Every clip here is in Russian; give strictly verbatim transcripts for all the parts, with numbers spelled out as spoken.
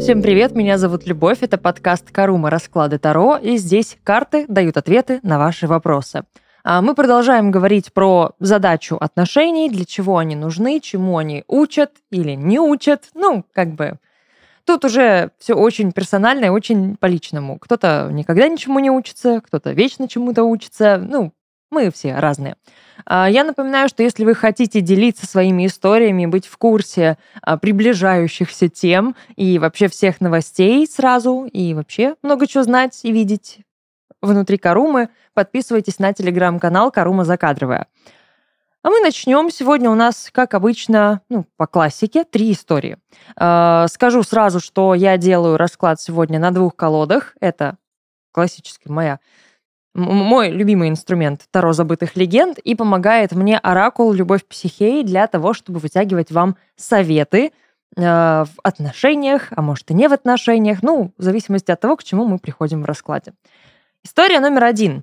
Всем привет, меня зовут Любовь, это подкаст «Карума. Расклады Таро», и здесь карты дают ответы на ваши вопросы. А Мы продолжаем говорить про задачу отношений, для чего они нужны, чему они учат или не учат. Ну, как бы тут уже все очень персонально и очень по-личному. Кто-то никогда ничему не учится, кто-то вечно чему-то учится. Ну, мы все разные. А, Я напоминаю, что если вы хотите делиться своими историями, быть в курсе а, приближающихся тем и вообще всех новостей сразу, и вообще много чего знать и видеть внутри Карумы, подписывайтесь на телеграм-канал «Карума Закадровая». А мы начнем. Сегодня у нас, как обычно, ну, по классике, три истории. А, Скажу сразу, что я делаю расклад сегодня на двух колодах. Это классически моя м- мой любимый инструмент Таро забытых легенд, и помогает мне оракул Любовь Психеи для того, чтобы вытягивать вам советы э, в отношениях, а может и не в отношениях, ну, в зависимости от того, к чему мы приходим в раскладе. История номер один.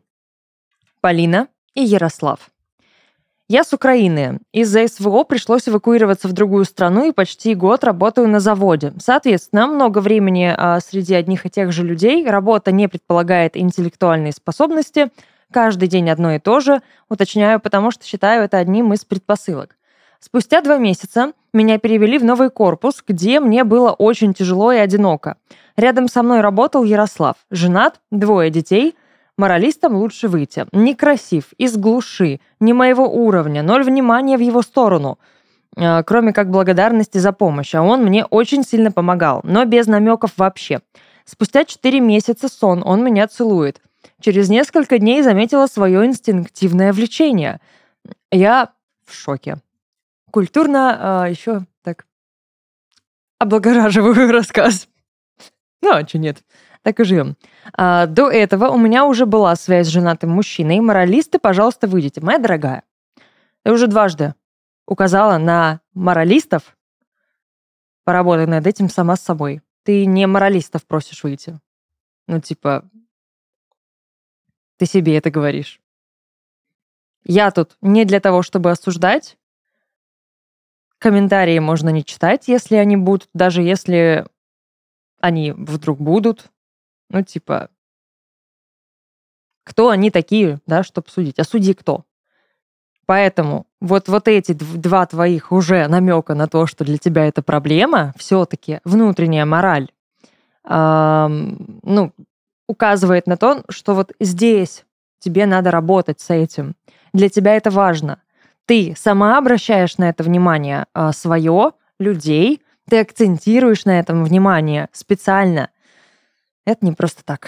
Полина и Ярослав. Я с Украины. Из-за СВО пришлось эвакуироваться в другую страну и почти год работаю на заводе. Соответственно, много времени а, среди одних и тех же людей. Работа не предполагает интеллектуальные способности. Каждый день одно и то же. Уточняю, потому что считаю это одним из предпосылок. Спустя два месяца меня перевели в новый корпус, где мне было очень тяжело и одиноко. Рядом со мной работал Ярослав. Женат, двое детей. Моралистам лучше выйти. Некрасив, из глуши, не моего уровня, ноль внимания в его сторону, э, кроме как благодарности за помощь. А он мне очень сильно помогал, но без намеков вообще. Спустя четыре месяца сон, он меня целует. Через несколько дней заметила свое инстинктивное влечение. Я в шоке. Культурно э, еще так облагораживаю рассказ. Ну, а что нет? Так и живем. А, до этого у меня уже была связь с женатым мужчиной. Моралисты, пожалуйста, выйдите. Моя дорогая, я уже дважды указала на моралистов. Поработай над этим сама с собой. Ты не моралистов просишь выйти. Ну, типа, ты себе это говоришь. Я тут не для того, чтобы осуждать. Комментарии можно не читать, если они будут, даже если они вдруг будут. Ну, типа, кто они такие, да, чтобы судить? А судьи кто? Поэтому вот, вот эти дв- два твоих уже намека на то, что для тебя это проблема, все-таки внутренняя мораль, ам, ну, указывает на то, что вот здесь тебе надо работать с этим. Для тебя это важно. Ты сама обращаешь на это внимание а, свое, людей, ты акцентируешь на этом внимание специально. Это не просто так.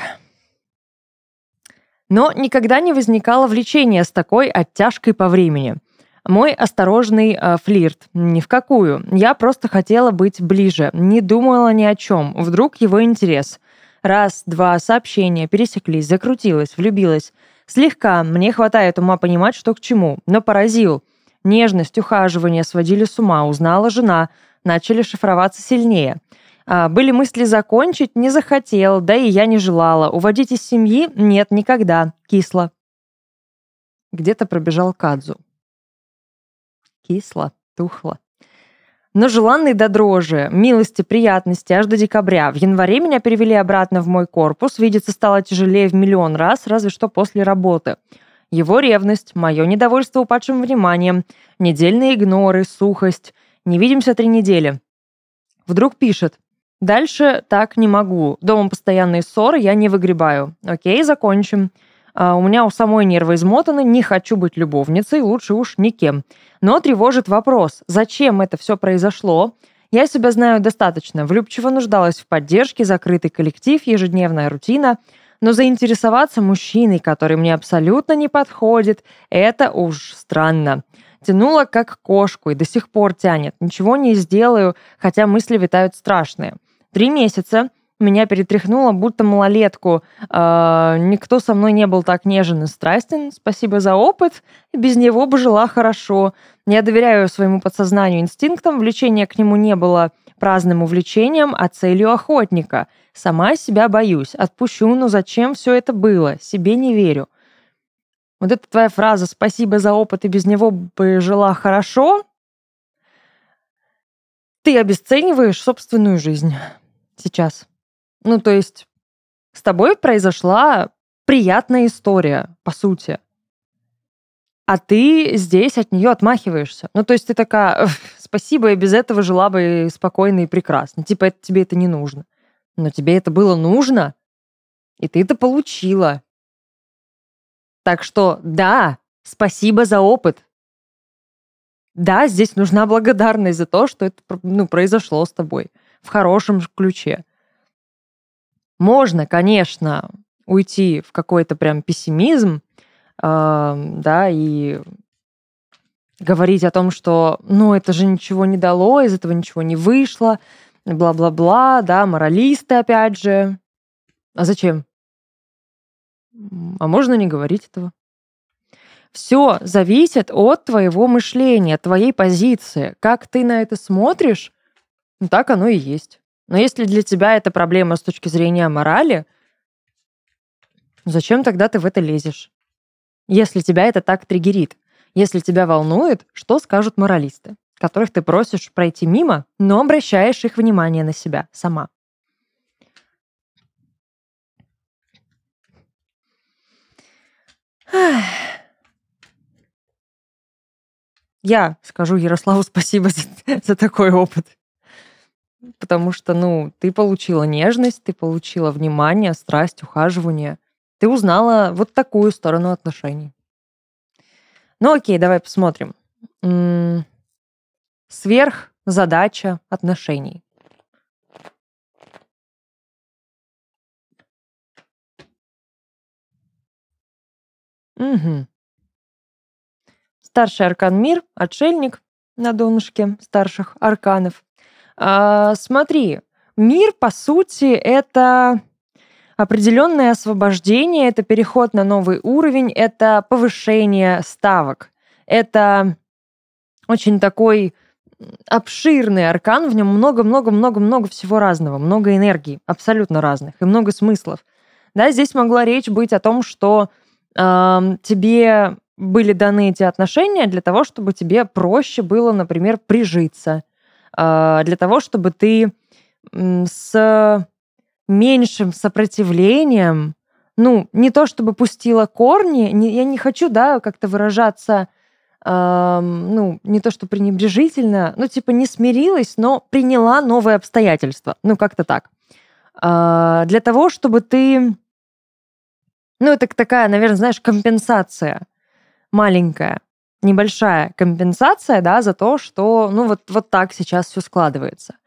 Но никогда не возникало влечения с такой оттяжкой по времени. Мой осторожный э, флирт. Ни в какую. Я просто хотела быть ближе. Не думала ни о чем. Вдруг его интерес. Раз, два, сообщения, пересеклись, закрутилась, влюбилась. Слегка. Мне хватает ума понимать, что к чему. Но поразил. Нежность, ухаживание сводили с ума. Узнала жена. Начали шифроваться сильнее. А, Были мысли закончить, не захотел, да и я не желала. Уводить из семьи? Нет, никогда. Кисло. Где-то пробежал Кадзу. Кисло, тухло. Но желанный до дрожи, милости, приятности аж до декабря. В январе меня перевели обратно в мой корпус. Видеться стало тяжелее в миллион раз, разве что после работы. Его ревность, мое недовольство упадшим вниманием, недельные игноры, сухость. Не видимся три недели. Вдруг пишет. Дальше так не могу. Дома постоянные ссоры, я не выгребаю. Окей, закончим. А, у меня у самой нервы измотаны, не хочу быть любовницей, лучше уж никем. Но тревожит вопрос, зачем это все произошло? Я себя знаю достаточно. Влюбчиво нуждалась в поддержке, закрытый коллектив, ежедневная рутина. Но заинтересоваться мужчиной, который мне абсолютно не подходит, это уж странно. Тянула как кошку и до сих пор тянет. Ничего не сделаю, хотя мысли витают страшные. Три месяца меня перетряхнуло, будто малолетку. Э, никто со мной не был так нежен и страстен. Спасибо за опыт. Без него бы жила хорошо. Я доверяю своему подсознанию инстинктам. Влечение к нему не было праздным увлечением, а целью охотника. Сама себя боюсь. Отпущу, но зачем все это было? Себе не верю. Вот эта твоя фраза «спасибо за опыт, и без него бы жила хорошо», ты обесцениваешь собственную жизнь. сейчас. Ну, то есть с тобой произошла приятная история, по сути. А ты здесь от нее отмахиваешься. Ну, то есть ты такая, спасибо, я без этого жила бы спокойно и прекрасно. Типа, это, тебе это не нужно. Но тебе это было нужно, и ты это получила. Так что, да, спасибо за опыт. Да, здесь нужна благодарность за то, что это ну, произошло с тобой. В хорошем ключе. Можно, конечно, уйти в какой-то прям пессимизм, э, да, и говорить о том, что, ну, это же ничего не дало, из этого ничего не вышло, бла-бла-бла, да, моралисты опять же. А зачем? А можно не говорить этого? Все зависит от твоего мышления, твоей позиции. Как ты на это смотришь, ну, так оно и есть. Но если для тебя это проблема с точки зрения морали, зачем тогда ты в это лезешь? Если тебя это так триггерит, если тебя волнует, что скажут моралисты, которых ты просишь пройти мимо, но обращаешь их внимание на себя сама. Я скажу Ярославу спасибо за, за такой опыт. Потому что, ну, ты получила нежность, ты получила внимание, страсть, ухаживание. Ты узнала вот такую сторону отношений. Ну окей, давай посмотрим. М-м- Сверхзадача отношений. Угу. Старший аркан мир, отшельник на донышке старших арканов. А, смотри, мир, по сути, это определенное освобождение, это переход на новый уровень, это повышение ставок. Это очень такой обширный аркан, в нем много-много-много-много всего разного, много энергий, абсолютно разных, и много смыслов. Да, здесь могла речь быть о том, что э, тебе были даны эти отношения для того, чтобы тебе проще было, например, прижиться, э, для того, чтобы ты м, с меньшим сопротивлением, ну, не то чтобы пустила корни, не, я не хочу, да, как-то выражаться, эм, ну, не то что пренебрежительно, ну, типа не смирилась, но приняла новые обстоятельства, ну, как-то так. А, для того, чтобы ты, ну, это такая, наверное, знаешь, компенсация маленькая, небольшая компенсация, да, за то, что, ну, вот, вот так сейчас все складывается.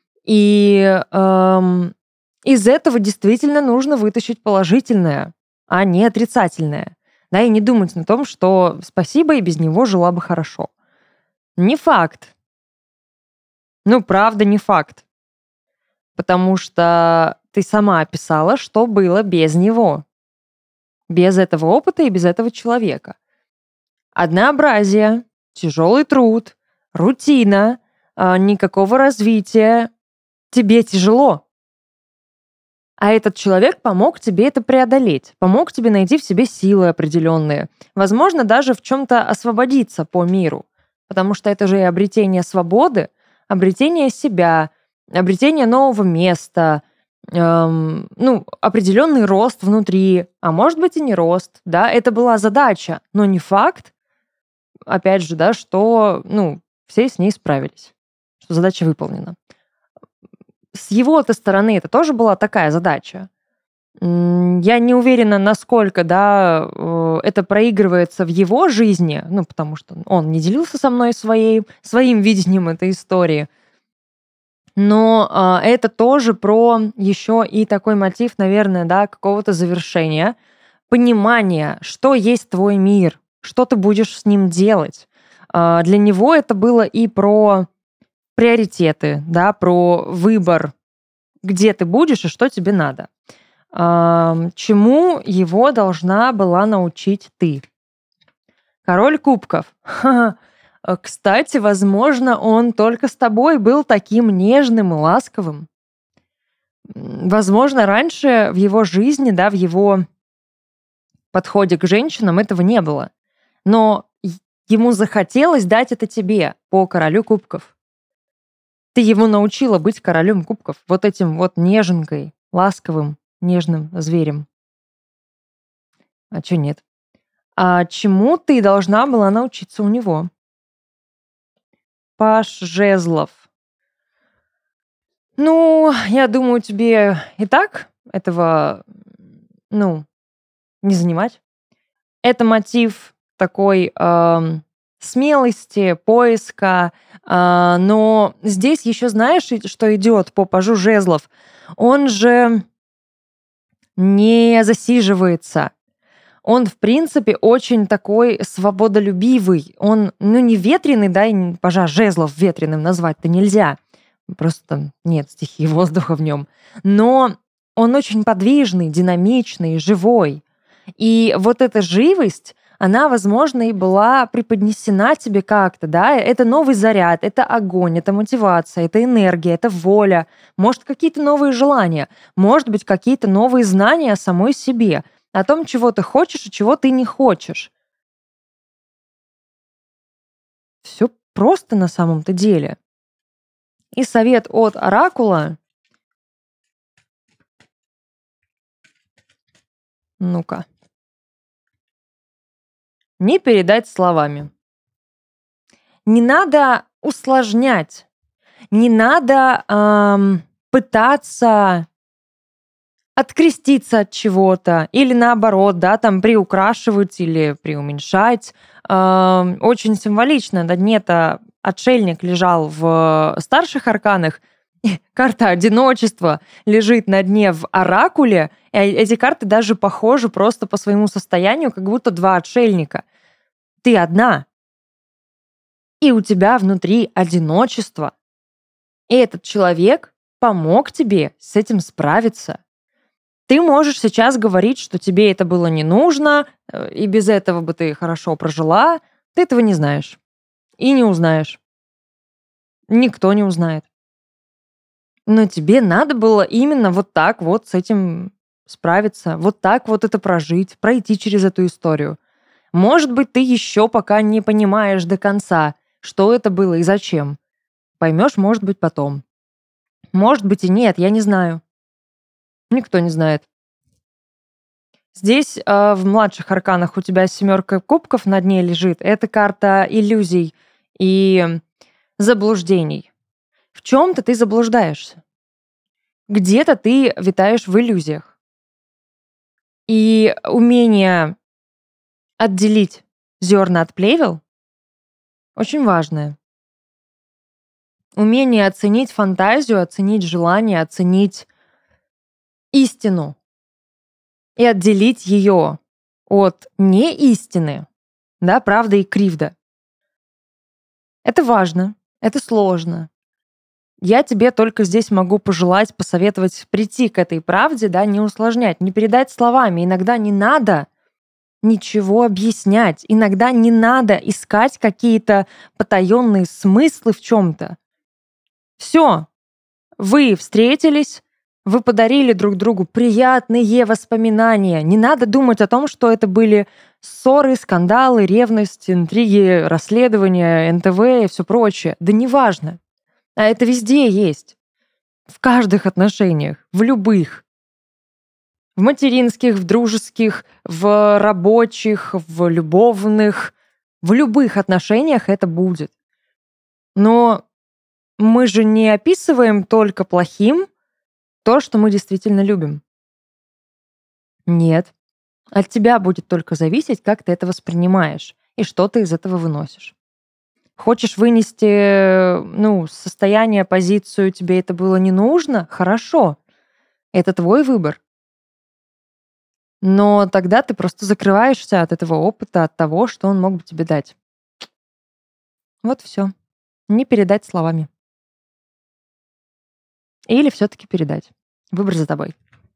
И эм, из этого действительно нужно вытащить положительное, а не отрицательное. Да, и не думать на том, что спасибо, и без него жила бы хорошо. Не факт. Ну, правда, не факт. Потому что ты сама описала, что было без него. Без этого опыта и без этого человека. Однообразие, тяжелый труд, рутина, а, никакого развития. Тебе тяжело. А этот человек помог тебе это преодолеть, помог тебе найти в себе силы определенные, возможно, даже в чем-то освободиться по миру, потому что это же и обретение свободы, обретение себя, обретение нового места, эм, ну, определенный рост внутри, а может быть и не рост, да, это была задача, но не факт, опять же, да, что, ну, все с ней справились, что задача выполнена. С его-то стороны это тоже была такая задача. Я не уверена, насколько, да, э, это проигрывается в его жизни, ну, потому что он не делился со мной своей, своим видением этой истории. Но а, это тоже про еще и такой мотив, наверное, да, какого-то завершения, понимания, что есть твой мир, что ты будешь с ним делать. А, для него это было и про приоритеты, да, про выбор, где ты будешь и что тебе надо. Ам, чему его должна была научить ты? Король кубков. Ха-ха. Э, Кстати, возможно, он только с тобой был таким нежным и ласковым. М, Возможно, раньше в его жизни, да, в его подходе к женщинам этого не было. Но й- ему захотелось дать это тебе по королю кубков. Ты его научила быть королем кубков, вот этим вот неженкой, ласковым, нежным зверем. А чё нет? А чему ты должна была научиться у него? Паж жезлов. Ну, я думаю, тебе и так этого, ну, не занимать. Это мотив такой эм, смелости, поиска, а, но здесь еще знаешь, и- что идет по пажу жезлов? Он же не засиживается. Он, в принципе, очень такой свободолюбивый. Он, ну, не ветреный, да, и не- пажа жезлов ветреным назвать-то нельзя. Просто там нет стихии воздуха в нем. Но он очень подвижный, динамичный, живой. И вот эта живость, она, возможно, и была преподнесена тебе как-то, да, это новый заряд, это огонь, это мотивация, это энергия, это воля, может, какие-то новые желания, может быть, какие-то новые знания о самой себе, о том, чего ты хочешь и чего ты не хочешь. Все просто на самом-то деле. И совет от оракула, ну-ка, не передать словами. Не надо усложнять, не надо ам, пытаться откреститься от чего-то или наоборот, да, там приукрашивать или преуменьшать. Ам, Очень символично. На дне-то отшельник лежал в старших арканах, карта одиночества лежит на дне в оракуле, и эти карты даже похожи просто по своему состоянию, как будто два отшельника. Ты одна, и у тебя внутри одиночество. И этот человек помог тебе с этим справиться. Ты можешь сейчас говорить, что тебе это было не нужно, э, и без этого бы ты хорошо прожила. Ты этого не знаешь. И не узнаешь. Никто не узнает. Но тебе надо было именно вот так вот с этим справиться, вот так вот это прожить, пройти через эту историю. Может быть, ты еще пока не понимаешь до конца, что это было и зачем. Поймешь, может быть, потом. Может быть и нет, я не знаю. Никто не знает. Здесь э, в младших арканах у тебя семерка кубков на дне лежит. Это карта иллюзий и заблуждений. В чем-то ты заблуждаешься. Где-то ты витаешь в иллюзиях. И умение отделить зерна от плевел очень важное. Умение оценить фантазию, оценить желание, оценить истину и отделить ее от неистины, да, правда и кривда. Это важно, это сложно. Я тебе только здесь могу пожелать, посоветовать прийти к этой правде, да, не усложнять, не передать словами. Иногда не надо ничего объяснять, иногда не надо искать какие-то потаенные смыслы в чем-то. Все, вы встретились, вы подарили друг другу приятные воспоминания. Не надо думать о том, что это были ссоры, скандалы, ревность, интриги, расследования, эн тэ вэ и все прочее. Да неважно. А это везде есть. В каждых отношениях, в любых. В материнских, в дружеских, в рабочих, в любовных. В любых отношениях это будет. Но мы же не описываем только плохим то, что мы действительно любим. Нет. От тебя будет только зависеть, как ты это воспринимаешь и что ты из этого выносишь. Хочешь вынести, ну, состояние, позицию, тебе это было не нужно? Хорошо. Это твой выбор. Но тогда ты просто закрываешься от этого опыта, от того, что он мог бы тебе дать. Вот все. Не передать словами. Или все-таки передать. Выбор за тобой.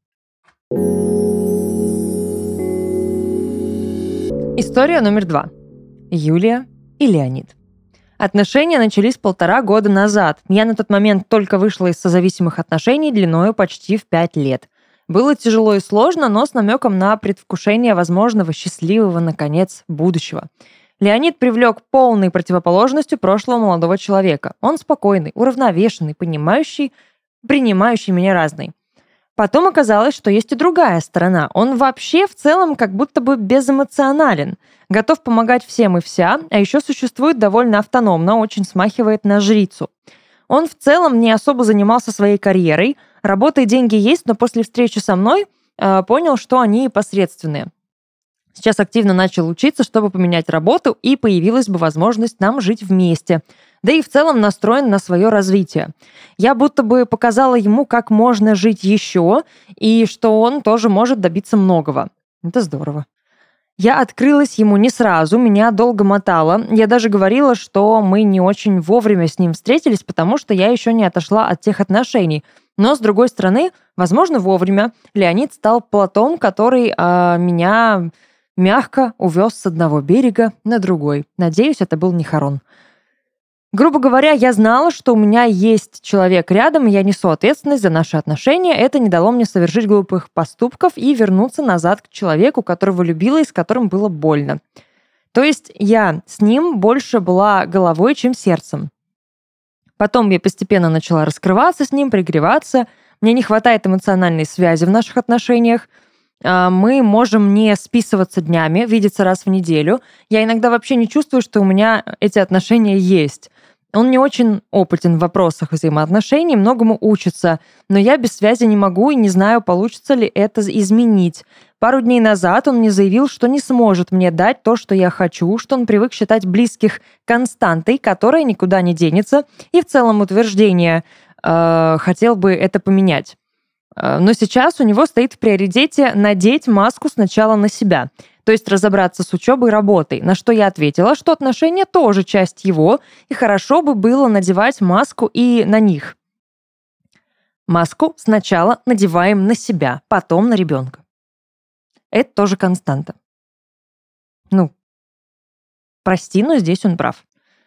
История номер два. Юлия и Леонид. Отношения начались полтора года назад. Я на тот момент только вышла из созависимых отношений длиною почти в пять лет. Было тяжело и сложно, но с намеком на предвкушение возможного счастливого, наконец, будущего. Леонид привлек полной противоположностью прошлого молодого человека. Он спокойный, уравновешенный, понимающий, принимающий меня разный. Потом оказалось, что есть и другая сторона. Он вообще в целом как будто бы безэмоционален, готов помогать всем и вся, а еще существует довольно автономно, очень смахивает на жрицу. Он в целом не особо занимался своей карьерой, работа и деньги есть, но после встречи со мной э, понял, что они посредственные. Сейчас активно начал учиться, чтобы поменять работу, и появилась бы возможность нам жить вместе. Да и в целом настроен на свое развитие. Я будто бы показала ему, как можно жить еще, и что он тоже может добиться многого. Это здорово. Я открылась ему не сразу, меня долго мотало. Я даже говорила, что мы не очень вовремя с ним встретились, потому что я еще не отошла от тех отношений. Но, с другой стороны, возможно, вовремя Леонид стал плотом, который э, меня мягко увез с одного берега на другой. Надеюсь, это был не Харон. Грубо говоря, я знала, что у меня есть человек рядом, и я несу ответственность за наши отношения. Это не дало мне совершить глупых поступков и вернуться назад к человеку, которого любила и с которым было больно. То есть я с ним больше была головой, чем сердцем. Потом я постепенно начала раскрываться с ним, пригреваться. Мне не хватает эмоциональной связи в наших отношениях. Мы можем не списываться днями, видеться раз в неделю. Я иногда вообще не чувствую, что у меня эти отношения есть. Он не очень опытен в вопросах взаимоотношений, многому учится, но я без связи не могу и не знаю, получится ли это изменить. Пару дней назад он мне заявил, что не сможет мне дать то, что я хочу, что он привык считать близких константой, которая никуда не денется, и в целом утверждение э, хотел бы это поменять. Но сейчас у него стоит в приоритете надеть маску сначала на себя, то есть разобраться с учебой и работой, на что я ответила, что отношения тоже часть его, и хорошо бы было надевать маску и на них. Маску сначала надеваем на себя, потом на ребенка. Это тоже константа. Ну, прости, но здесь он прав.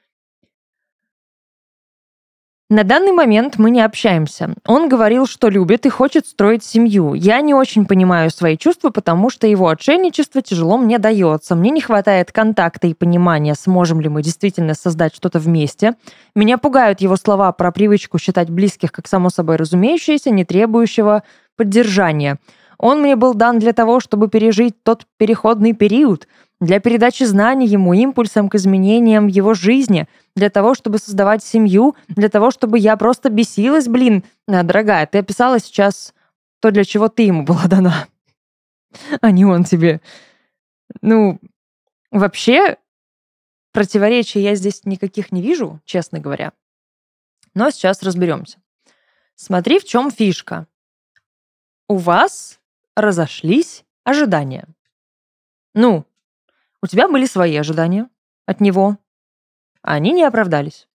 На данный момент мы не общаемся. Он говорил, что любит и хочет строить семью. Я не очень понимаю свои чувства, потому что его отшельничество тяжело мне дается. Мне не хватает контакта и понимания, сможем ли мы действительно создать что-то вместе. Меня пугают его слова про привычку считать близких как само собой разумеющееся, не требующего поддержания. Он мне был дан для того, чтобы пережить тот переходный период, для передачи знаний ему, импульсом к изменениям в его жизни, для того, чтобы создавать семью, для того, чтобы я просто бесилась, блин. А, дорогая, ты описала сейчас то, для чего ты ему была дана, а не он тебе. Ну, вообще, противоречий я здесь никаких не вижу, честно говоря. Но сейчас разберемся. Смотри, в чем фишка. У вас разошлись ожидания. Ну, у тебя были свои ожидания от него. Они не оправдались.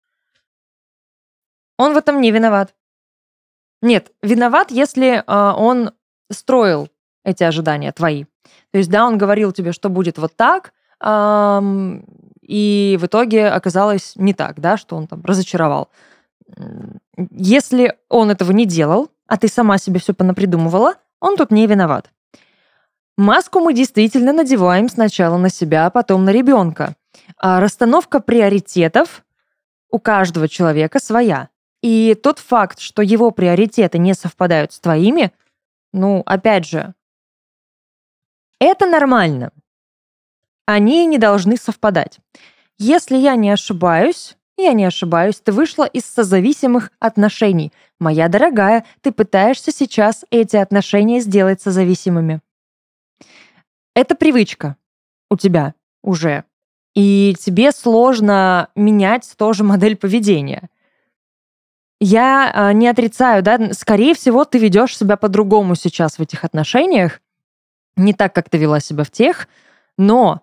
Он в этом не виноват. Нет, виноват, если э, он строил эти ожидания твои. То есть, да, он говорил тебе, что будет вот так, э, и в итоге оказалось не так, да, что он там разочаровал. Если он этого не делал, а ты сама себе все понапридумывала, он тут не виноват. Маску мы действительно надеваем сначала на себя, а потом на ребенка. А расстановка приоритетов у каждого человека своя. И тот факт, что его приоритеты не совпадают с твоими, ну, опять же, это нормально. Они не должны совпадать. Если я не ошибаюсь, я не ошибаюсь, ты вышла из созависимых отношений. Моя дорогая, ты пытаешься сейчас эти отношения сделать созависимыми. Это привычка у тебя уже. И тебе сложно менять тоже модель поведения. Я э, не отрицаю, да, скорее всего, ты ведешь себя по-другому сейчас в этих отношениях, не так, как ты вела себя в тех, но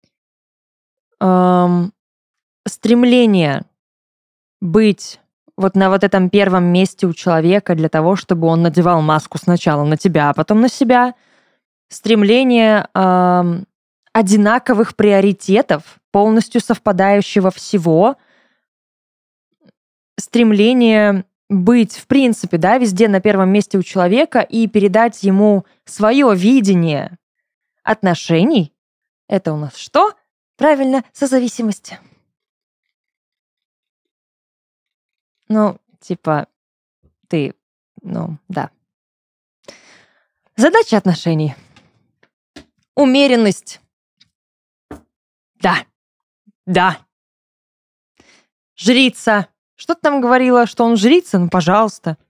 эм, стремление быть вот на вот этом первом месте у человека для того, чтобы он надевал маску сначала на тебя, а потом на себя, стремление эм, одинаковых приоритетов, полностью совпадающего всего, стремление быть, в принципе, да, везде на первом месте у человека и передать ему свое видение отношений, это у нас что? Правильно, созависимость. Ну, типа, ты, ну, да. Задача отношений. Умеренность. Да. Да. Жрица. Что ты там говорила, что он жрица? Ну, пожалуйста.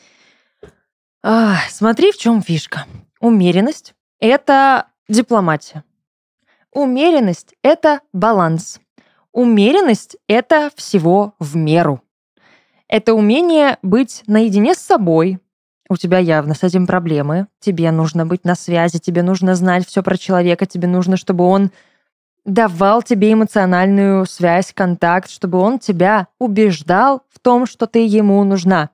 А, смотри, в чем фишка. Умеренность — это дипломатия. Умеренность — это баланс. Умеренность — это всего в меру. Это умение быть наедине с собой. У тебя явно с этим проблемы. Тебе нужно быть на связи, тебе нужно знать все про человека, тебе нужно, чтобы он давал тебе эмоциональную связь, контакт, чтобы он тебя убеждал в том, что ты ему нужна.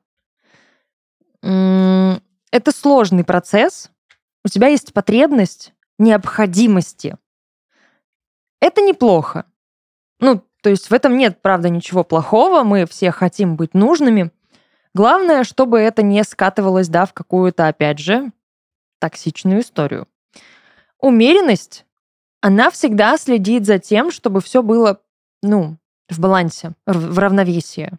М, Это сложный процесс. У тебя есть потребность необходимости. Это неплохо. Ну, то есть в этом нет, правда, ничего плохого. Мы все хотим быть нужными. Главное, чтобы это не скатывалось, да, в какую-то, опять же, токсичную историю. Умеренность, она всегда следит за тем, чтобы все было, ну, в балансе, в в равновесии.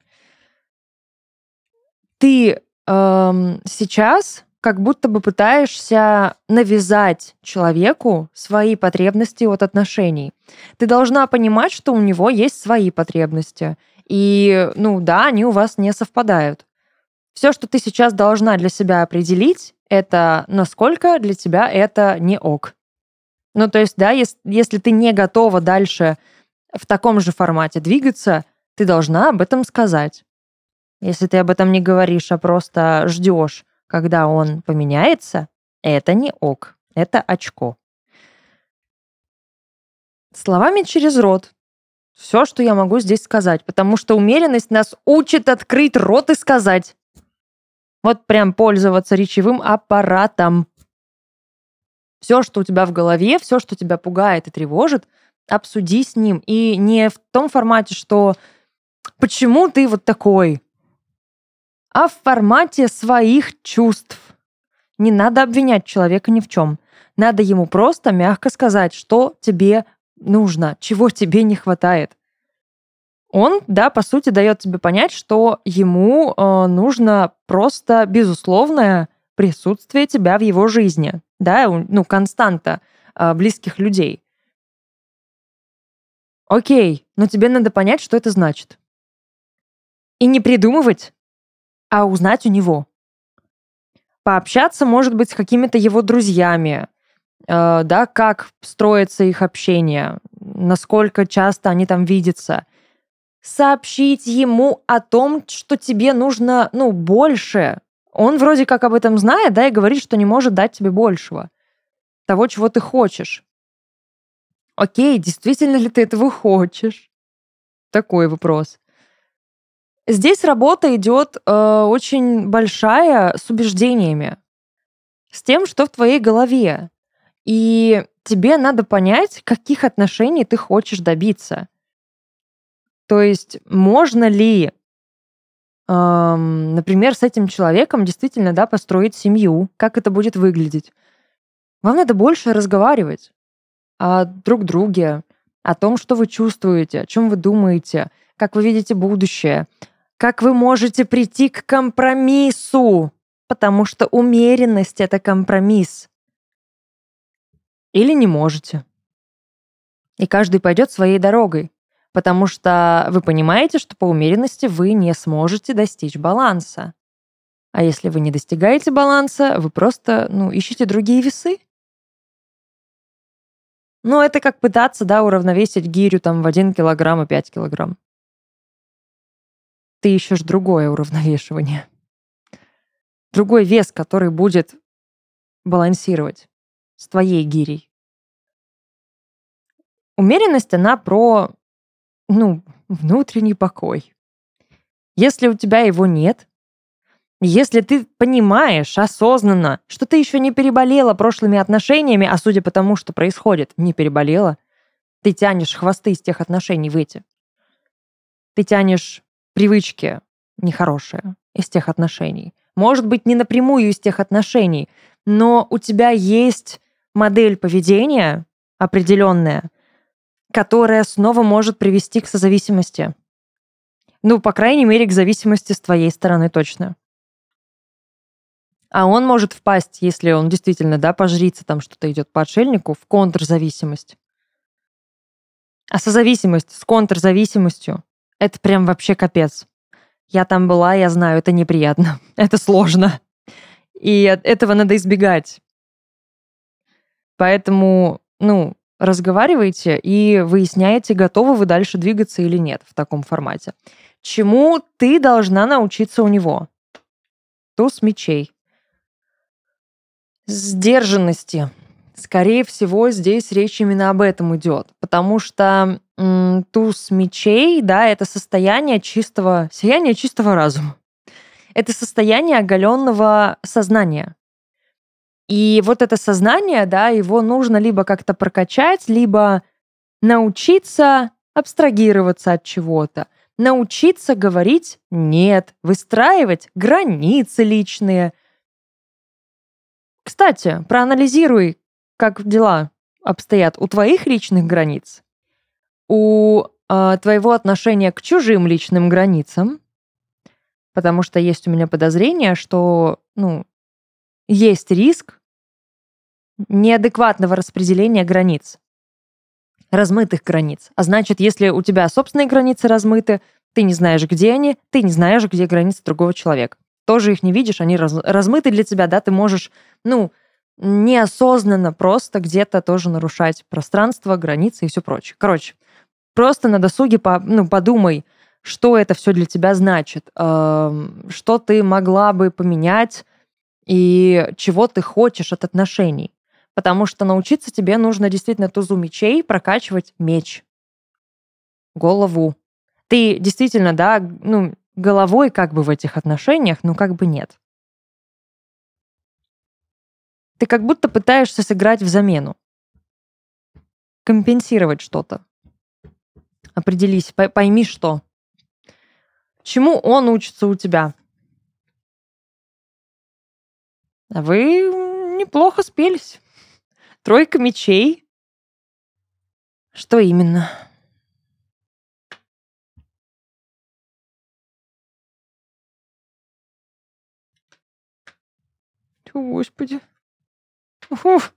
Ты эм, сейчас как будто бы пытаешься навязать человеку свои потребности от отношений. Ты должна понимать, что у него есть свои потребности. И, ну да, они у вас не совпадают. Все, что ты сейчас должна для себя определить, это насколько для тебя это не ок. Ну, то есть, да, ес- если ты не готова дальше в таком же формате двигаться, ты должна об этом сказать. Если ты об этом не говоришь, а просто ждешь, когда он поменяется, это не ок, это очко. Словами через рот. Все, что я могу здесь сказать, потому что умеренность нас учит открыть рот и сказать. Вот прям пользоваться речевым аппаратом. Все, что у тебя в голове, все, что тебя пугает и тревожит, обсуди с ним. И не в том формате, что почему ты вот такой, а в формате своих чувств. Не надо обвинять человека ни в чем. Надо ему просто мягко сказать, что тебе нужно, чего тебе не хватает. Он, да, по сути, дает тебе понять, что ему э, нужно просто безусловное присутствие тебя в его жизни, да, у- ну, константа э, близких людей. Окей, но тебе надо понять, что это значит. И не придумывать, а узнать у него. Пообщаться, может быть, с какими-то его друзьями, э, да, как строится их общение, насколько часто они там видятся. Сообщить ему о том, что тебе нужно, ну, больше. Он вроде как об этом знает, да, и говорит, что не может дать тебе большего. Того, чего ты хочешь. Окей, действительно ли ты этого хочешь? Такой вопрос. Здесь работа идет э, очень большая с убеждениями, с тем, что в твоей голове. И тебе надо понять, каких отношений ты хочешь добиться. То есть можно ли, эм, например, с этим человеком действительно, да, построить семью, как это будет выглядеть. Вам надо больше разговаривать о друг друге, о том, что вы чувствуете, о чем вы думаете, как вы видите будущее, как вы можете прийти к компромиссу, потому что умеренность — это компромисс. Или не можете. И каждый пойдет своей дорогой, потому что вы понимаете, что по умеренности вы не сможете достичь баланса. А если вы не достигаете баланса, вы просто, ну, ищете другие весы. Ну, это как пытаться, да, уравновесить гирю там в один килограмм и пять килограмм. Ты ищешь другое уравновешивание. Другой вес, который будет балансировать с твоей гирей. Умеренность, она про, ну, внутренний покой. Если у тебя его нет, если ты понимаешь осознанно, что ты еще не переболела прошлыми отношениями, а судя по тому, что происходит, не переболела, ты тянешь хвосты из тех отношений в эти. Ты тянешь привычки нехорошие из тех отношений. Может быть, не напрямую из тех отношений, но у тебя есть модель поведения определенная, которая снова может привести к созависимости. Ну, по крайней мере, к зависимости с твоей стороны точно. А он может впасть, если он действительно, да, по жрице там что-то идет по отшельнику, в контрзависимость. А созависимость с контрзависимостью — это прям вообще капец. Я там была, я знаю, это неприятно, это сложно. И от этого надо избегать. Поэтому, ну, разговаривайте и выясняйте, готовы вы дальше двигаться или нет в таком формате. Чему ты должна научиться у него? Туз мечей. Сдержанности. Скорее всего, здесь речь именно об этом идет, потому что м, туз мечей, да, это состояние чистого, сияние чистого разума. Это состояние оголенного сознания. И вот это сознание, да, его нужно либо как-то прокачать, либо научиться абстрагироваться от чего-то, научиться говорить «нет», выстраивать границы личные. Кстати, проанализируй, как дела обстоят у твоих личных границ, у э, твоего отношения к чужим личным границам, потому что есть у меня подозрение, что, ну, есть риск неадекватного распределения границ, размытых границ. А значит, если у тебя собственные границы размыты, ты не знаешь, где они, ты не знаешь, где границы другого человека. Тоже их не видишь, они раз, размыты для тебя, да, ты можешь, ну, неосознанно просто где-то тоже нарушать пространство, границы и все прочее. Короче, просто на досуге по, ну, подумай, что это все для тебя значит, э, что ты могла бы поменять и чего ты хочешь от отношений. Потому что научиться тебе нужно действительно тузу мечей прокачивать меч, голову. Ты действительно, да, ну, головой как бы в этих отношениях, ну как бы нет. Ты как будто пытаешься сыграть в замену, компенсировать что-то. Определись, пойми, что. Чему он учится у тебя? А вы неплохо спелись. Тройка мечей. Что именно? О, Господи. Уф.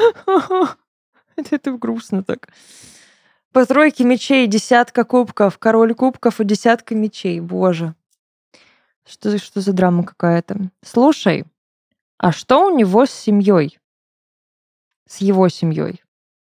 Это, это грустно так. По тройке мечей, десятка кубков, король кубков и десятка мечей. Боже. Что, за- что за драма какая-то? Слушай, а что у него с семьей? С его семьей?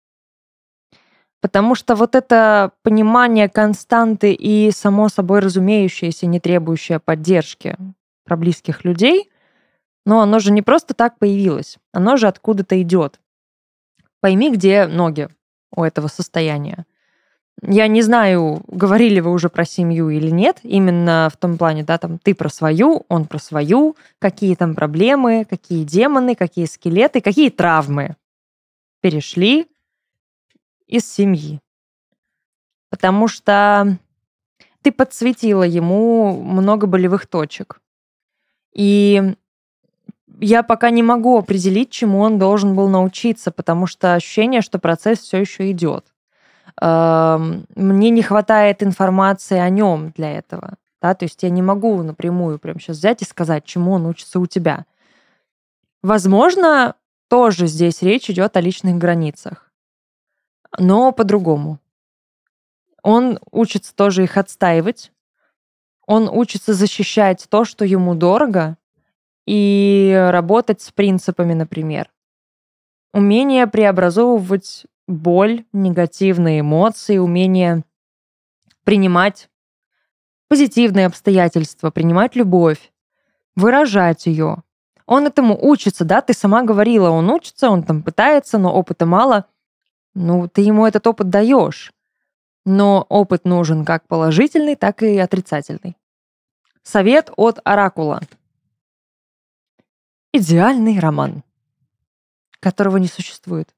Потому что вот это понимание константы и само собой разумеющееся, не требующее поддержки про близких людей, но оно же не просто так появилось, оно же откуда-то идет. Пойми, где ноги у этого состояния. Я не знаю, говорили вы уже про семью или нет, именно в том плане, да, там ты про свою, он про свою, какие там проблемы, какие демоны, какие скелеты, какие травмы перешли из семьи. Потому что ты подсветила ему много болевых точек. И я пока не могу определить, чему он должен был научиться, потому что ощущение, что процесс все еще идет. Эм, Мне не хватает информации о нем для этого. Да? То есть я не могу напрямую прямо сейчас взять и сказать, чему он учится у тебя. Возможно, тоже здесь речь идет о личных границах, но по-другому. Он учится тоже их отстаивать, он учится защищать то, что ему дорого, и работать с принципами, например. Умение преобразовывать боль, негативные эмоции, умение принимать позитивные обстоятельства, принимать любовь, выражать ее. Он этому учится, да, ты сама говорила, он учится, он там пытается, но опыта мало. Ну, ты ему этот опыт даешь. Но опыт нужен как положительный, так и отрицательный. Совет от Оракула. Идеальный роман, которого не существует.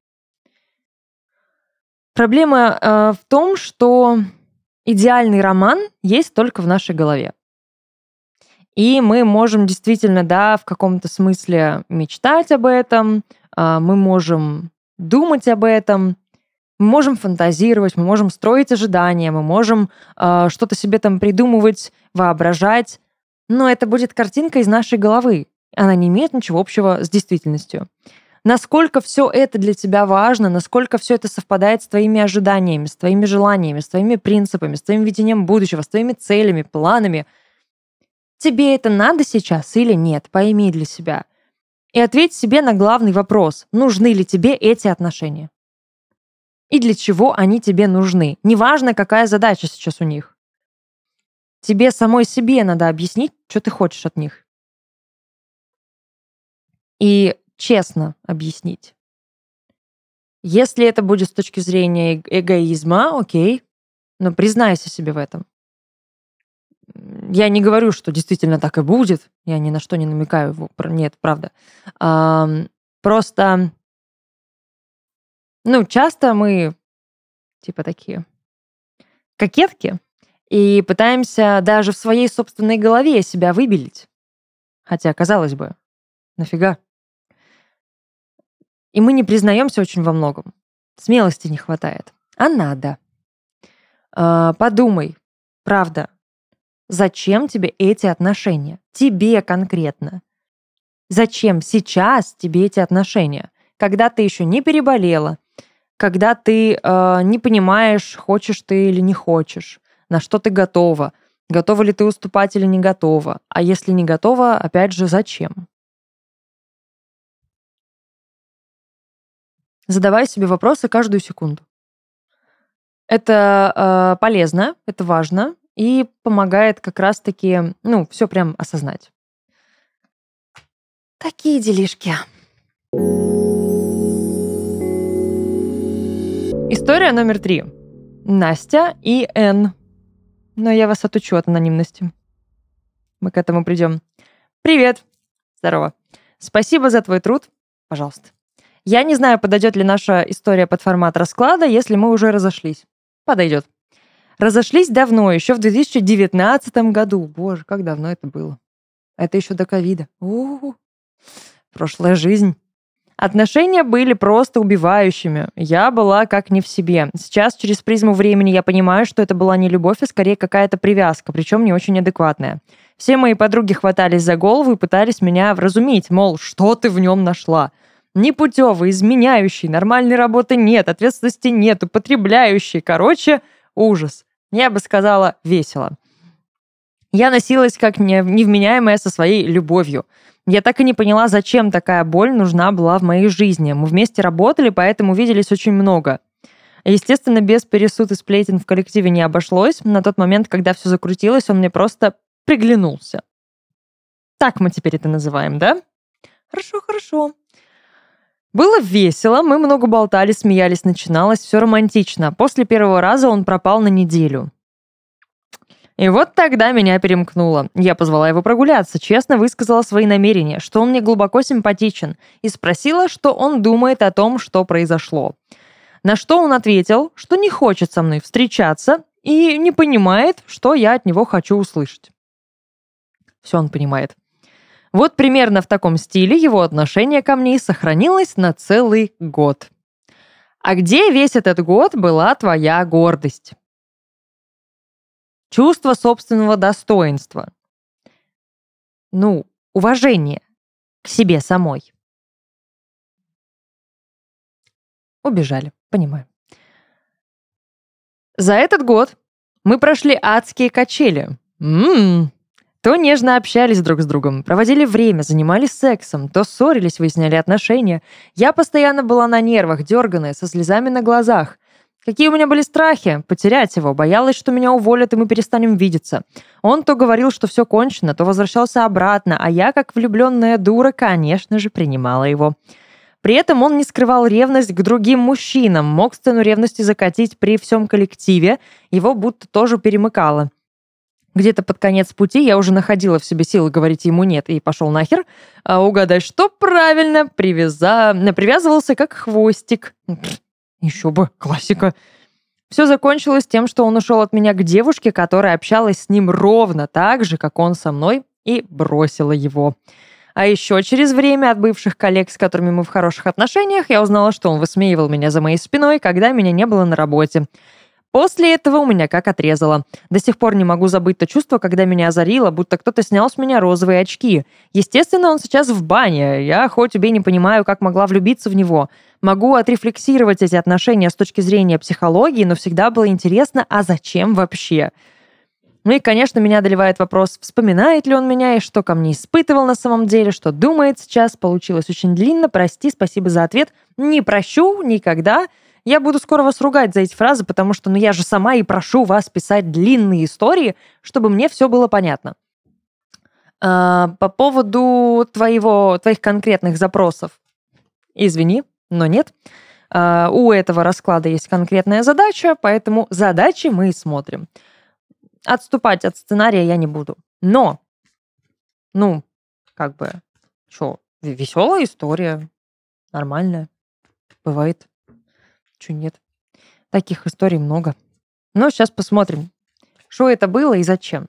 Проблема э, в том, что идеальный роман есть только в нашей голове. И мы можем действительно, да, в каком-то смысле мечтать об этом, э, мы можем думать об этом, Мы можем фантазировать, мы можем строить ожидания, мы можем э, что-то себе там придумывать, воображать, но это будет картинка из нашей головы. Она не имеет ничего общего с действительностью. Насколько все это для тебя важно, насколько все это совпадает с твоими ожиданиями, с твоими желаниями, с твоими принципами, с твоим видением будущего, с твоими целями, планами. Тебе это надо сейчас или нет? Пойми для себя. И ответь себе на главный вопрос. Нужны ли тебе эти отношения? И для чего они тебе нужны? Неважно, какая задача сейчас у них. Тебе самой себе надо объяснить, что ты хочешь от них. И честно объяснить. Если это будет с точки зрения эго- эгоизма, окей, но признайся себе в этом. Я не говорю, что действительно так и будет. Я ни на что не намекаю. Нет, правда. Ам, Просто, ну, часто мы типа такие кокетки и пытаемся даже в своей собственной голове себя выбелить. Хотя, казалось бы, нафига? И мы не признаемся очень во многом. Смелости не хватает. А надо. А, Подумай, правда, зачем тебе эти отношения? Тебе конкретно. Зачем сейчас тебе эти отношения? Когда ты еще не переболела, когда ты э, не понимаешь, хочешь ты или не хочешь, на что ты готова, готова ли ты уступать или не готова. А если не готова, опять же, зачем? Задавай себе вопросы каждую секунду. Это э, полезно, это важно и помогает как раз-таки, ну, все прям осознать. Такие делишки. История номер три. Настя и Н. Но я вас отучу от анонимности. Мы к этому придем. Привет. Здорово. Спасибо за твой труд. Пожалуйста. Я не знаю, подойдет ли наша история под формат расклада, если мы уже разошлись. Подойдет. Разошлись давно, еще в две тысячи девятнадцатом году. Боже, как давно это было. Это еще до ковида. У-у-у. Прошлая жизнь. Отношения были просто убивающими. Я была как не в себе. Сейчас, через призму времени, я понимаю, что это была не любовь, а скорее какая-то привязка, причем не очень адекватная. Все мои подруги хватались за голову и пытались меня вразумить, мол, что ты в нем нашла? Непутевый, изменяющий, нормальной работы нет, ответственности нет, употребляющий. Короче, ужас. Я бы сказала, весело. Я носилась как невменяемая со своей любовью. Я так и не поняла, зачем такая боль нужна была в моей жизни. Мы вместе работали, поэтому виделись очень много. Естественно, без пересуд и сплетен в коллективе не обошлось. На тот момент, когда все закрутилось, он мне просто приглянулся. Так мы теперь это называем, да? Хорошо, хорошо. Было весело, мы много болтали, смеялись, начиналось все романтично. После первого раза он пропал на неделю. И вот тогда меня перемкнуло. Я позвала его прогуляться, честно высказала свои намерения, что он мне глубоко симпатичен, и спросила, что он думает о том, что произошло. На что он ответил, что не хочет со мной встречаться и не понимает, что я от него хочу услышать. Все он понимает. Вот примерно в таком стиле его отношение ко мне сохранилось на целый год. А где весь этот год была твоя гордость? Чувство собственного достоинства. Ну, уважение к себе самой. Убежали, понимаю. За этот год мы прошли адские качели. М-м-м. То нежно общались друг с другом, проводили время, занимались сексом, то ссорились, выясняли отношения. Я постоянно была на нервах, дерганая, со слезами на глазах. Какие у меня были страхи? Потерять его. Боялась, что меня уволят, и мы перестанем видеться. Он то говорил, что все кончено, то возвращался обратно, а я, как влюбленная дура, конечно же, принимала его. При этом он не скрывал ревность к другим мужчинам, мог сцену ревности закатить при всем коллективе, его будто тоже перемыкало. Где-то под конец пути я уже находила в себе силы говорить ему «нет» и пошел нахер. А угадай, что правильно, привяза... привязывался как хвостик. Еще бы, классика. Все закончилось тем, что он ушел от меня к девушке, которая общалась с ним ровно так же, как он со мной, и бросила его. А еще через время от бывших коллег, с которыми мы в хороших отношениях, я узнала, что он высмеивал меня за моей спиной, когда меня не было на работе. После этого у меня как отрезало. До сих пор не могу забыть то чувство, когда меня озарило, будто кто-то снял с меня розовые очки. Естественно, он сейчас в бане. Я хоть убей не понимаю, как могла влюбиться в него. Могу отрефлексировать эти отношения с точки зрения психологии, но всегда было интересно, а зачем вообще? Ну и, конечно, меня одолевает вопрос, вспоминает ли он меня и что ко мне испытывал на самом деле, что думает сейчас. Получилось очень длинно. Прости, спасибо за ответ. Не прощу никогда. Я буду скоро вас ругать за эти фразы, потому что ну, я же сама и прошу вас писать длинные истории, чтобы мне все было понятно. А, по поводу твоего, твоих конкретных запросов. Извини, но нет. А, у этого расклада есть конкретная задача, поэтому задачи мы и смотрим. Отступать от сценария я не буду. Но, ну, как бы, что, веселая история, нормальная, бывает. Чё нет? Таких историй много. Но сейчас посмотрим, что это было и зачем.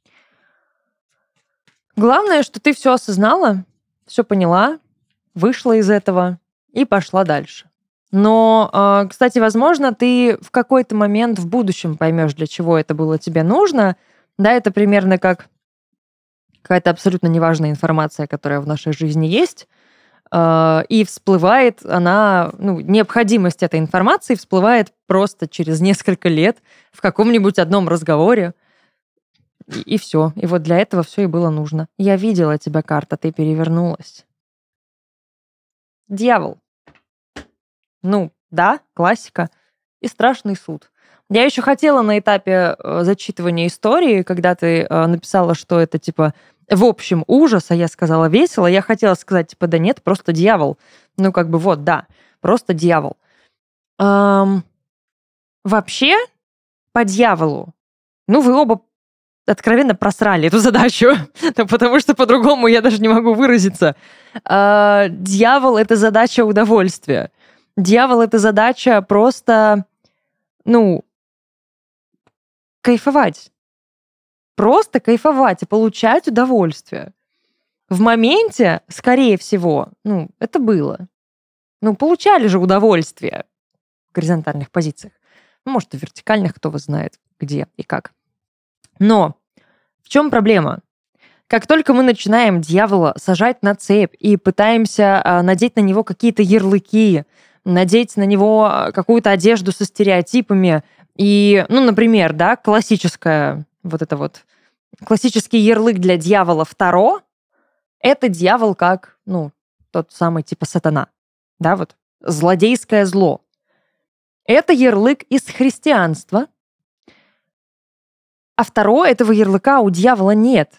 Главное, что ты все осознала, все поняла, вышла из этого и пошла дальше. Но, кстати, возможно, ты в какой-то момент в будущем поймешь, для чего это было тебе нужно. Да, это примерно как какая-то абсолютно неважная информация, которая в нашей жизни есть, и всплывает она, ну, необходимость этой информации всплывает просто через несколько лет в каком-нибудь одном разговоре. И, и все. И вот для этого все и было нужно. Я видела тебя, карта, ты перевернулась. Дьявол. Ну, да, классика. И страшный суд. Я еще хотела на этапе э, зачитывания истории, когда ты э, написала, что это типа в общем ужас, а я сказала весело, я хотела сказать, типа, да нет, просто дьявол. Ну, как бы вот, да, просто дьявол. Эм, вообще, по дьяволу, ну, вы оба откровенно просрали эту задачу, потому что по-другому я даже не могу выразиться. Э, дьявол — это задача удовольствия. Дьявол — это задача просто, ну, кайфовать. Просто кайфовать и получать удовольствие. В моменте, скорее всего, ну, это было. Ну, получали же удовольствие в горизонтальных позициях. Ну, может, и в вертикальных, кто вас знает, где и как. Но в чем проблема? Как только мы начинаем дьявола сажать на цепь и пытаемся а, надеть на него какие-то ярлыки, надеть на него какую-то одежду со стереотипами, и, ну, например, да, классическая вот это вот, классический ярлык для дьявола Таро — это дьявол как, ну, тот самый типа сатана, да, вот, злодейское зло. Это ярлык из христианства, а второго этого ярлыка у дьявола нет.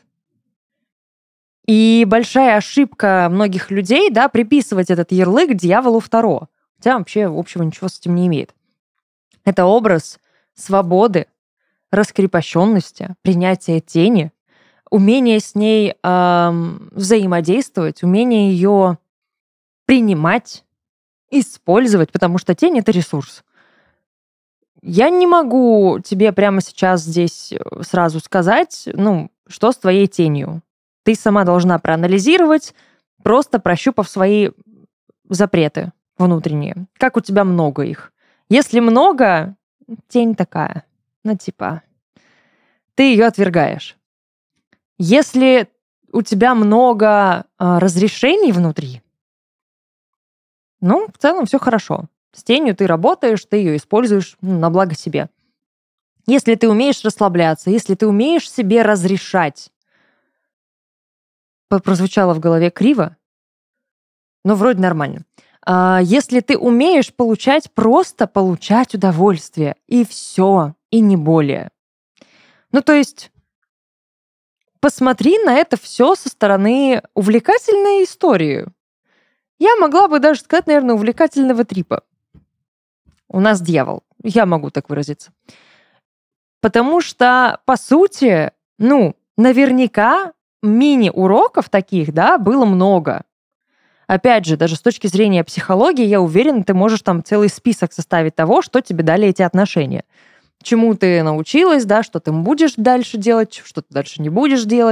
И большая ошибка многих людей, да, приписывать этот ярлык дьяволу Таро, хотя вообще общего ничего с этим не имеет. Это образ свободы, раскрепощенности, принятия тени, умение с ней эм, взаимодействовать, умение ее принимать, использовать, потому что тень — это ресурс. Я не могу тебе прямо сейчас здесь сразу сказать, ну, что с твоей тенью. Ты сама должна проанализировать, просто прощупав свои запреты внутренние. Как у тебя много их. Если много, тень такая. Ну, типа, ты ее отвергаешь. Если у тебя много э, разрешений внутри, ну, в целом все хорошо. С тенью ты работаешь, ты ее используешь ну, на благо себе. Если ты умеешь расслабляться, если ты умеешь себе разрешать, прозвучало в голове криво, но вроде нормально. А если ты умеешь получать, просто получать удовольствие, и все, и не более. Ну, то есть, посмотри на это все со стороны увлекательной истории. Я могла бы даже сказать, наверное, увлекательного трипа. У нас дьявол. Я могу так выразиться. Потому что, по сути, ну, наверняка мини-уроков таких, да, было много. Опять же, даже с точки зрения психологии, я уверена, ты можешь там целый список составить того, что тебе дали эти отношения. Чему ты научилась, да, что ты будешь дальше делать, что ты дальше не будешь делать.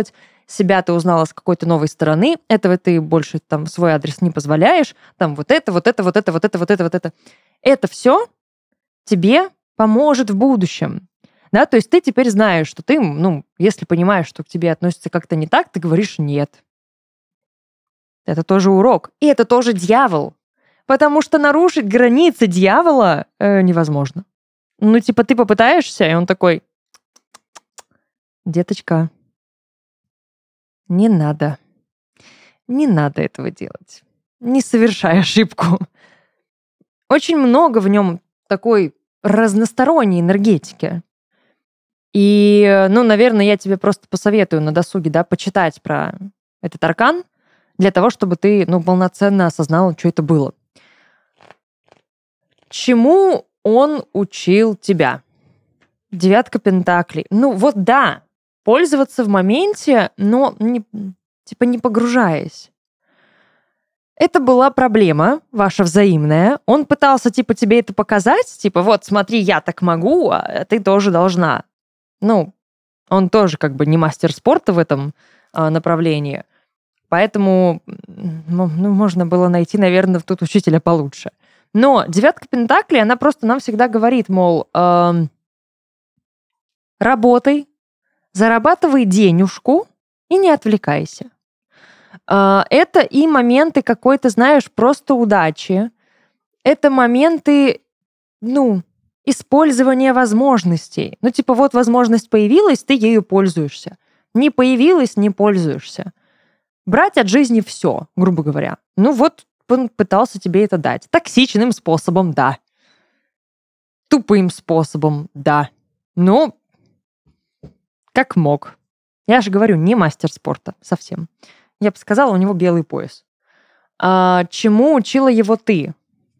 себя ты узнала с какой-то новой стороны, этого ты больше там в свой адрес не позволяешь, там вот это, вот это, вот это, вот это, вот это, вот это. Это все тебе поможет в будущем. Да, то есть ты теперь знаешь, что ты, ну, если понимаешь, что к тебе относятся как-то не так, ты говоришь «нет». Это тоже урок. И это тоже дьявол. Потому что нарушить границы дьявола э, невозможно. Ну, типа, ты попытаешься, и он такой: деточка, не надо. Не надо этого делать. Не совершай ошибку. Очень много в нем такой разносторонней энергетики. И, ну, наверное, я тебе просто посоветую на досуге, да, почитать про этот аркан для того, чтобы ты, ну, полноценно осознал, что это было. Чему он учил тебя? Девятка пентаклей. Ну, вот да, пользоваться в моменте, но не, типа не погружаясь. Это была проблема ваша взаимная. Он пытался, типа, тебе это показать. Типа, вот, смотри, я так могу, а ты тоже должна. Ну, он тоже как бы не мастер спорта в этом а, направлении. Поэтому, ну, можно было найти, наверное, тут учителя получше. Но девятка пентаклей, она просто нам всегда говорит, мол, э, работай, зарабатывай денежку и не отвлекайся. Э, это и моменты какой-то, знаешь, просто удачи. Это моменты, ну, использования возможностей. Ну, типа, вот возможность появилась, ты ею пользуешься. Не появилась, не пользуешься. Брать от жизни все, грубо говоря. Ну, вот он пытался тебе это дать. Токсичным способом, да. Тупым способом, да. Ну, как мог. Я же говорю, не мастер спорта совсем. Я бы сказала, у него белый пояс. А чему учила его ты?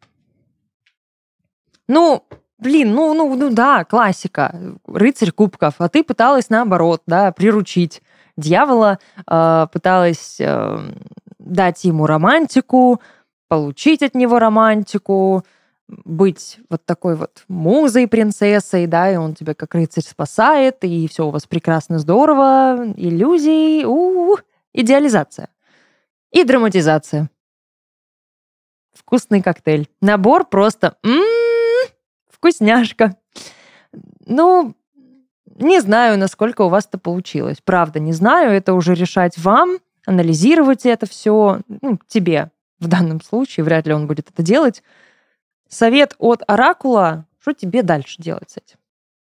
Ну, блин, ну, ну, ну да, классика. Рыцарь кубков. А ты пыталась наоборот, да, приручить дьявола, э, пыталась э, дать ему романтику, получить от него романтику, быть вот такой вот музой, принцессой, да, и он тебя как рыцарь спасает, и все у вас прекрасно, здорово, иллюзии, у-у-у, идеализация и драматизация. Вкусный коктейль. Набор просто м-м, вкусняшка. Ну, не знаю, насколько у вас это получилось. Правда, не знаю, это уже решать вам, анализировать это все, ну, тебе в данном случае, вряд ли он будет это делать. Совет от оракула, что тебе дальше делать с этим?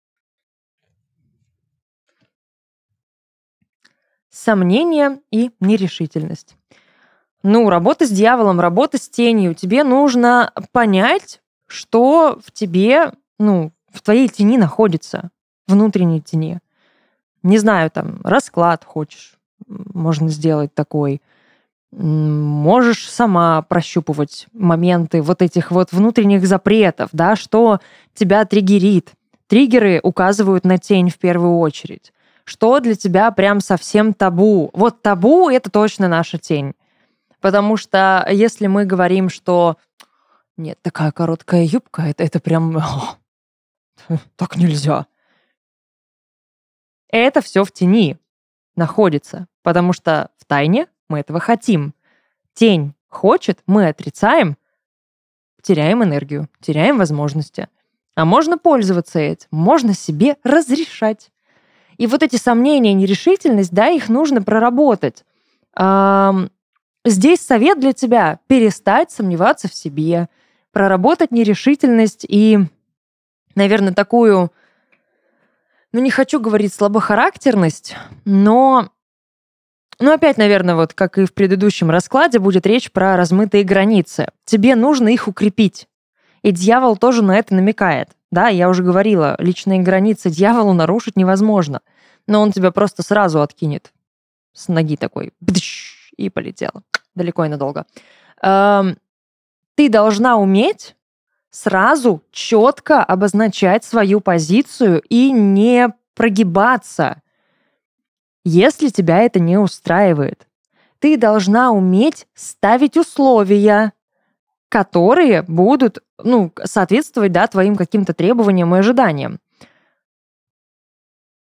Сомнение и нерешительность. Ну, работа с дьяволом, работа с тенью. Тебе нужно понять, что в тебе, ну, в твоей тени находится, внутренней тени. Не знаю, там, расклад хочешь, можно сделать такой. Можешь сама прощупывать моменты вот этих вот внутренних запретов, да, что тебя триггерит. Триггеры указывают на тень в первую очередь. Что для тебя прям совсем табу. Вот табу — это точно наша тень. Потому что если мы говорим, что нет, такая короткая юбка, это, это прям о, так нельзя. Это все в тени находится, потому что в тайне мы этого хотим. Тень хочет, мы отрицаем, теряем энергию, теряем возможности. А можно пользоваться этим, можно себе разрешать. И вот эти сомнения, нерешительность, да, их нужно проработать. Здесь совет для тебя — перестать сомневаться в себе, проработать нерешительность и, наверное, такую, ну, не хочу говорить слабохарактерность, но, ну, опять, наверное, вот как и в предыдущем раскладе, будет речь про размытые границы. Тебе нужно их укрепить. И дьявол тоже на это намекает. Да, я уже говорила, личные границы дьяволу нарушить невозможно. Но он тебя просто сразу откинет с ноги такой, бдыщ, и полетела далеко и надолго. Эм, ты должна уметь сразу четко обозначать свою позицию и не прогибаться, если тебя это не устраивает. Ты должна уметь ставить условия, которые будут, ну, соответствовать, да, твоим каким-то требованиям и ожиданиям.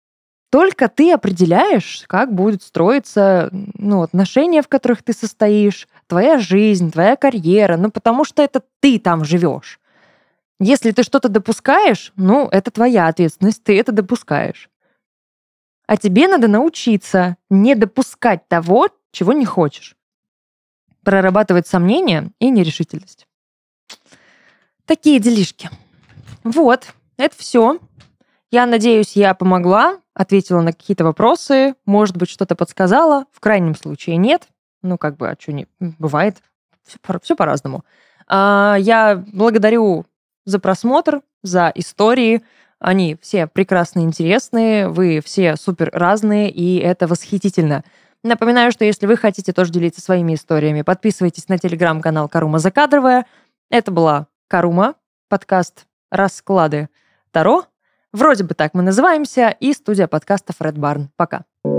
только ты определяешь, как будут строиться ну, отношения, в которых ты состоишь, твоя жизнь, твоя карьера, ну, потому что это ты там живешь. Если ты что-то допускаешь, ну, это твоя ответственность, ты это допускаешь. А тебе надо научиться не допускать того, чего не хочешь. Прорабатывать сомнения и нерешительность. Такие делишки. Вот, это все. Я надеюсь, я помогла, ответила на какие-то вопросы, может быть, что-то подсказала. В крайнем случае нет. Ну, как бы, а что не бывает. Все, по- все по-разному. А, я благодарю за просмотр, за истории. Они все прекрасно интересные, вы все супер разные, и это восхитительно. Напоминаю, что если вы хотите тоже делиться своими историями, подписывайтесь на телеграм-канал Карума Закадровая. Это была Карума, подкаст «Расклады Таро». Вроде бы так мы называемся, и студия подкастов Red Barn. Пока.